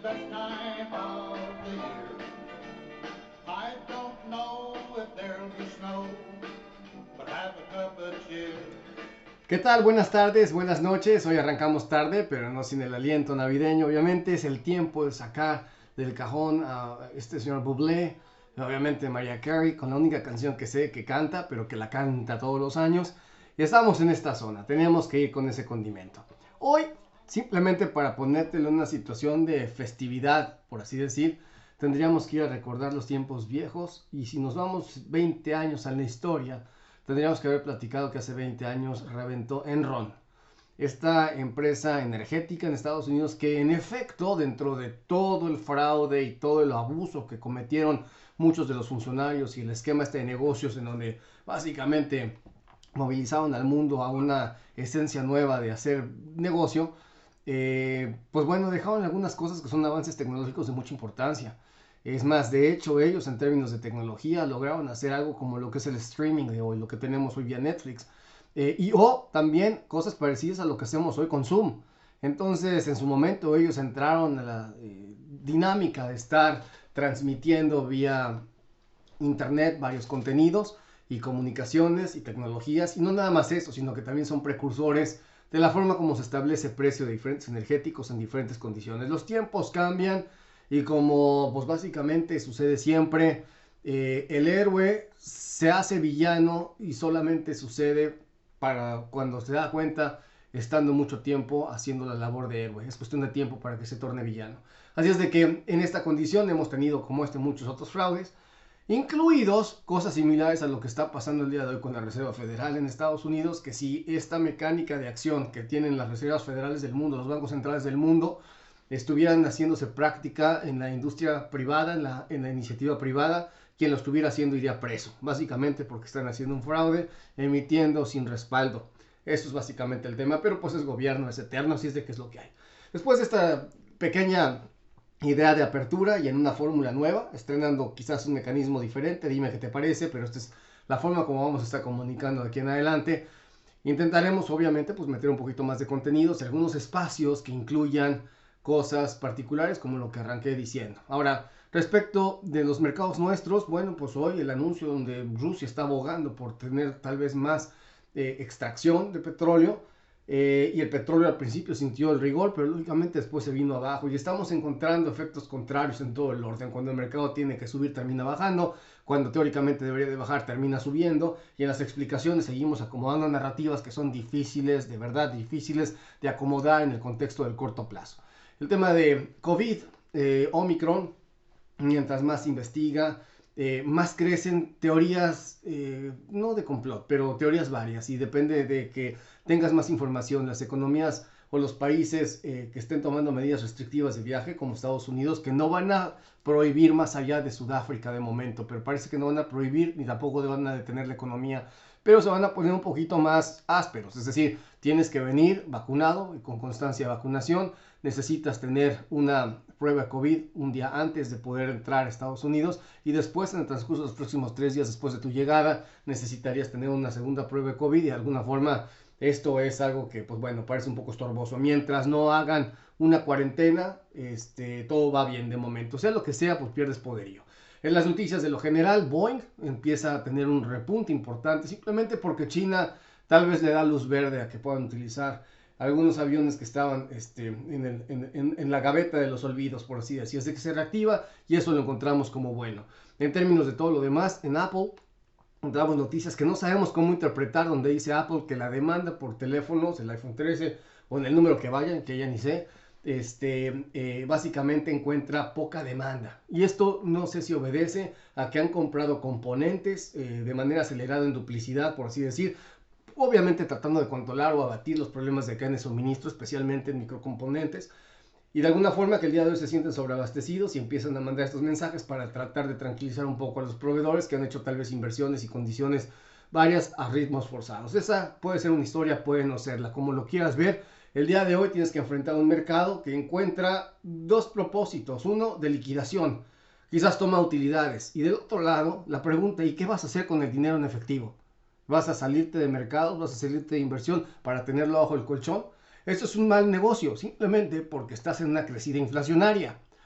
best time of the year. I don't know if there'll be snow, but have a cup of cheer. ¿Qué tal? Buenas tardes, buenas noches. Hoy arrancamos tarde, pero no sin el aliento navideño. Obviamente es el tiempo de sacar del cajón a este señor Bublé, obviamente Mariah Carey, con la única canción que sé que canta, pero que la canta todos los años. Y estamos en esta zona, teníamos que ir con ese condimento. Hoy, simplemente para ponértelo en una situación de festividad, por así decir, tendríamos que ir a recordar los tiempos viejos. Y si nos vamos 20 años a la historia, tendríamos que haber platicado que hace 20 años reventó Enron, esta empresa energética en Estados Unidos que en efecto, dentro de todo el fraude y todo el abuso que cometieron muchos de los funcionarios y el esquema este de negocios en donde básicamente movilizaron al mundo a una esencia nueva de hacer negocio, pues bueno, dejaron algunas cosas que son avances tecnológicos de mucha importancia. Es más, de hecho, ellos en términos de tecnología lograron hacer algo como lo que es el streaming de hoy, lo que tenemos hoy vía Netflix. O también cosas parecidas a lo que hacemos hoy con Zoom. Entonces, en su momento ellos entraron a la dinámica de estar transmitiendo vía internet varios contenidos y comunicaciones y tecnologías. Y no nada más eso, sino que también son precursores de la forma como se establece precio de diferentes energéticos en diferentes condiciones. Los tiempos cambian. Y como pues básicamente sucede siempre, el héroe se hace villano y solamente sucede para cuando se da cuenta estando mucho tiempo haciendo la labor de héroe. Es cuestión de tiempo para que se torne villano. Así es de que en esta condición hemos tenido como muchos otros fraudes, incluidos cosas similares a lo que está pasando el día de hoy con la Reserva Federal en Estados Unidos, que si esta mecánica de acción que tienen las reservas federales del mundo, los bancos centrales del mundo, estuvieran haciéndose práctica en la industria privada, en la iniciativa privada, quien lo estuviera haciendo iría preso, básicamente porque están haciendo un fraude, emitiendo sin respaldo. Eso es básicamente el tema, pero pues es gobierno, es eterno, así es de que es lo que hay. Después de esta pequeña idea de apertura y en una fórmula nueva, estrenando quizás un mecanismo diferente, dime qué te parece, pero esta es la forma como vamos a estar comunicando de aquí en adelante. Intentaremos obviamente pues meter un poquito más de contenidos, algunos espacios que incluyan cosas particulares como lo que arranqué diciendo. Ahora, respecto de los mercados nuestros, bueno, pues hoy el anuncio donde Rusia está abogando por tener tal vez más extracción de petróleo, y el petróleo al principio sintió el rigor, pero lógicamente después se vino abajo y estamos encontrando efectos contrarios en todo el orden. Cuando el mercado tiene que subir termina bajando, cuando teóricamente debería de bajar termina subiendo, y en las explicaciones seguimos acomodando narrativas que son difíciles, de verdad difíciles de acomodar en el contexto del corto plazo. El tema de COVID, Omicron, mientras más se investiga, más crecen teorías, no de complot, pero teorías varias, y depende de que tengas más información. Las economías o los países que estén tomando medidas restrictivas de viaje, como Estados Unidos, que no van a prohibir más allá de Sudáfrica de momento, pero parece que no van a prohibir ni tampoco van a detener la economía, pero se van a poner un poquito más ásperos. Es decir, tienes que venir vacunado y con constancia de vacunación, necesitas tener una prueba COVID un día antes de poder entrar a Estados Unidos, y después, en el transcurso de los próximos 3 días después de tu llegada, necesitarías tener una segunda prueba de COVID, y de alguna forma esto es algo que, pues bueno, parece un poco estorboso. Mientras no hagan una cuarentena, todo va bien de momento. Sea lo que sea, pues pierdes poderío. En las noticias de lo general, Boeing empieza a tener un repunte importante, simplemente porque China tal vez le da luz verde a que puedan utilizar algunos aviones que estaban en la gaveta de los olvidos, por así decirlo. Así que se reactiva y eso lo encontramos como bueno. En términos de todo lo demás, en Apple encontramos noticias que no sabemos cómo interpretar, donde dice Apple que la demanda por teléfonos, el iPhone 13 o en el número que vayan, que ya ni sé, básicamente encuentra poca demanda. Y esto no sé si obedece a que han comprado componentes de manera acelerada en duplicidad, por así decir, obviamente tratando de controlar o abatir los problemas de cadena de suministro, especialmente en microcomponentes, y de alguna forma que el día de hoy se sienten sobreabastecidos y empiezan a mandar estos mensajes para tratar de tranquilizar un poco a los proveedores que han hecho tal vez inversiones y condiciones varias a ritmos forzados. Esa puede ser una historia, puede no serla, como lo quieras ver. El día de hoy tienes que enfrentar un mercado que encuentra dos propósitos: uno, de liquidación, quizás toma utilidades, y del otro lado la pregunta: ¿y qué vas a hacer con el dinero en efectivo? ¿Vas a salirte de mercados? ¿Vas a salirte de inversión para tenerlo bajo el colchón? Esto es un mal negocio, simplemente porque estás en una crecida inflacionaria.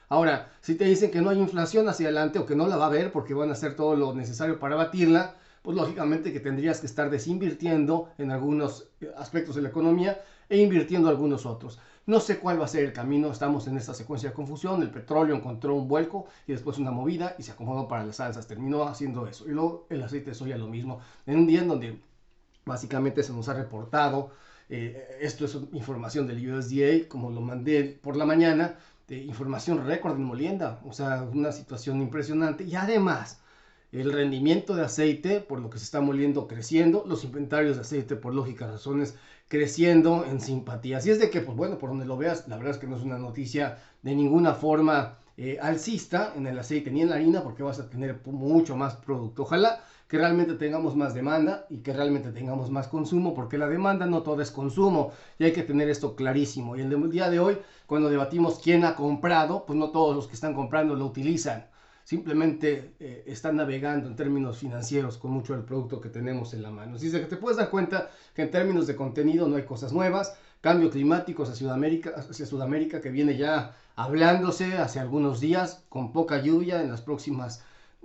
Ahora, si te dicen que no hay inflación hacia adelante o que no la va a haber porque van a hacer todo lo necesario para batirla, pues lógicamente que tendrías que estar desinvirtiendo en algunos aspectos de la economía e invirtiendo en algunos otros. No sé cuál va a ser el camino, estamos en esta secuencia de confusión, el petróleo encontró un vuelco y después una movida y se acomodó para las salsas, terminó haciendo eso. Y luego el aceite de soya lo mismo, en un día en donde básicamente se nos ha reportado, esto es información del USDA, como lo mandé por la mañana, de información récord en molienda, o sea, una situación impresionante y además el rendimiento de aceite, por lo que se está moliendo, creciendo, los inventarios de aceite, por lógicas razones, creciendo en simpatía. Así es de que, pues bueno, por donde lo veas, la verdad es que no es una noticia de ninguna forma alcista en el aceite ni en la harina, porque vas a tener mucho más producto. Ojalá que realmente tengamos más demanda y que realmente tengamos más consumo, porque la demanda no todo es consumo y hay que tener esto clarísimo. Y el día de hoy, cuando debatimos quién ha comprado, pues no todos los que están comprando lo utilizan. Simplemente están navegando en términos financieros con mucho del producto que tenemos en la mano. Así que te puedes dar cuenta que en términos de contenido no hay cosas nuevas. Cambio climático hacia Sudamérica que viene ya hablándose hace algunos días con poca lluvia en las próximas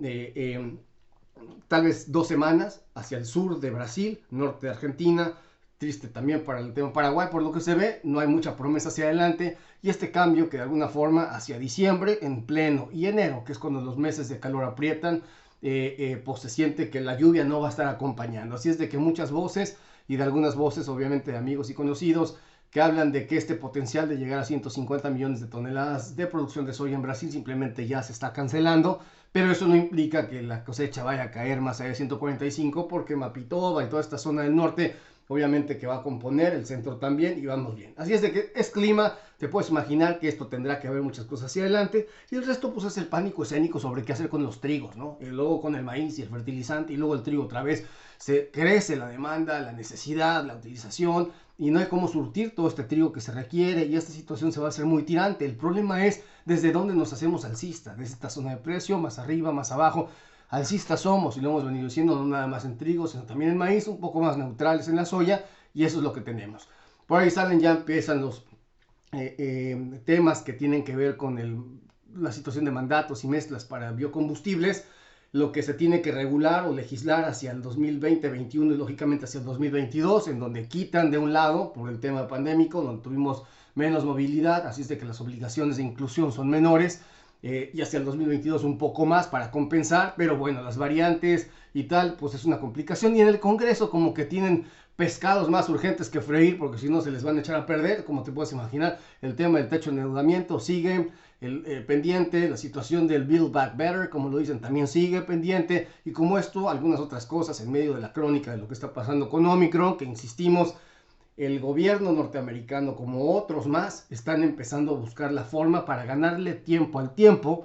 tal vez 2 semanas hacia el sur de Brasil, norte de Argentina. Triste también para el tema Paraguay, por lo que se ve, no hay mucha promesa hacia adelante y este cambio que de alguna forma hacia diciembre en pleno y enero, que es cuando los meses de calor aprietan, pues se siente que la lluvia no va a estar acompañando. Así es de que muchas voces y de algunas voces obviamente de amigos y conocidos que hablan de que este potencial de llegar a 150 millones de toneladas de producción de soya en Brasil simplemente ya se está cancelando, pero eso no implica que la cosecha vaya a caer más allá de 145 porque Mapitoba y toda esta zona del norte obviamente que va a componer, el centro también, y vamos bien. Así es de que es clima, te puedes imaginar que esto tendrá que haber muchas cosas hacia adelante, y el resto pues es el pánico escénico sobre qué hacer con los trigos, ¿no? Y luego con el maíz y el fertilizante, y luego el trigo otra vez, se crece la demanda, la necesidad, la utilización, y no hay cómo surtir todo este trigo que se requiere, y esta situación se va a hacer muy tirante. El problema es desde dónde nos hacemos alcistas, desde esta zona de precio, más arriba, más abajo. Alcistas somos, y lo hemos venido diciendo, no nada más en trigo, sino también en maíz, un poco más neutrales en la soya, y eso es lo que tenemos. Por ahí salen, ya empiezan los temas que tienen que ver con la situación de mandatos y mezclas para biocombustibles, lo que se tiene que regular o legislar hacia el 2020-21 y lógicamente hacia el 2022, en donde quitan de un lado, por el tema pandémico, donde tuvimos menos movilidad, así es de que las obligaciones de inclusión son menores, y hacia el 2022 un poco más para compensar, pero bueno, las variantes y tal, pues es una complicación. Y en el Congreso como que tienen pescados más urgentes que freír, porque si no se les van a echar a perder, como te puedes imaginar. El tema del techo de endeudamiento sigue pendiente, la situación del Build Back Better, como lo dicen, también sigue pendiente, y como esto, algunas otras cosas en medio de la crónica de lo que está pasando con Omicron, que insistimos, el gobierno norteamericano, como otros más, están empezando a buscar la forma para ganarle tiempo al tiempo.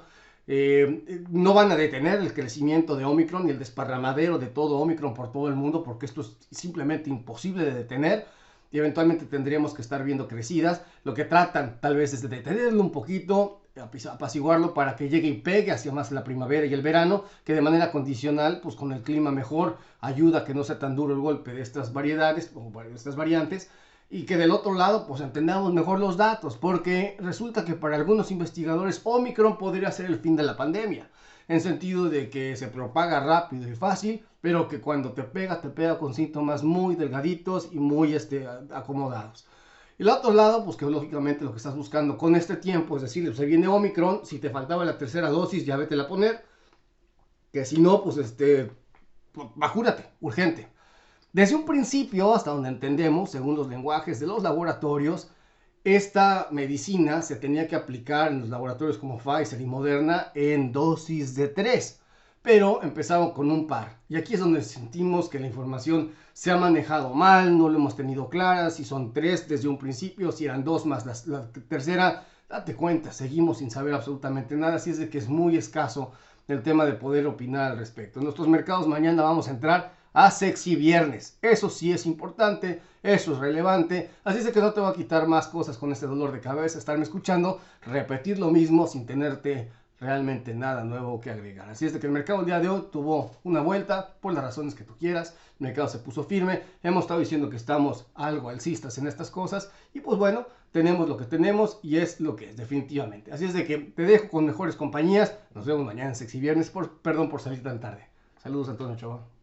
No van a detener el crecimiento de Omicron y el desparramadero de todo Omicron por todo el mundo, porque esto es simplemente imposible de detener y eventualmente tendríamos que estar viendo crecidas. Lo que tratan tal vez es de detenerlo un poquito, apaciguarlo para que llegue y pegue hacia más la primavera y el verano, que de manera condicional, pues con el clima mejor, ayuda a que no sea tan duro el golpe de estas variedades o de estas variantes, y que del otro lado pues entendamos mejor los datos, porque resulta que para algunos investigadores Omicron podría ser el fin de la pandemia, en sentido de que se propaga rápido y fácil, pero que cuando te pega con síntomas muy delgaditos y muy acomodados. Y el otro lado, pues que lógicamente lo que estás buscando con este tiempo, es decir, se viene Omicron, si te faltaba la tercera dosis, ya vétela a poner, que si no, pues vacúnate, urgente. Desde un principio, hasta donde entendemos, según los lenguajes de los laboratorios, esta medicina se tenía que aplicar en los laboratorios como Pfizer y Moderna en dosis de 3, pero empezaron con un par. Y aquí es donde sentimos que la información se ha manejado mal, no lo hemos tenido clara, si son 3 desde un principio, si eran 2 más la tercera, date cuenta, seguimos sin saber absolutamente nada, así es de que es muy escaso el tema de poder opinar al respecto. En nuestros mercados mañana vamos a entrar a Sexy Viernes, eso sí es importante, eso es relevante, así es de que no te voy a quitar más cosas con este dolor de cabeza, estarme escuchando, repetir lo mismo sin tenerte realmente nada nuevo que agregar. Así es de que el mercado el día de hoy tuvo una vuelta por las razones que tú quieras. El mercado se puso firme. Hemos estado diciendo que estamos algo alcistas en estas cosas. Y pues bueno, tenemos lo que tenemos y es lo que es definitivamente. Así es de que te dejo con mejores compañías. Nos vemos mañana en Sexy Viernes. Perdón por salir tan tarde. Saludos, Antonio Ochoa.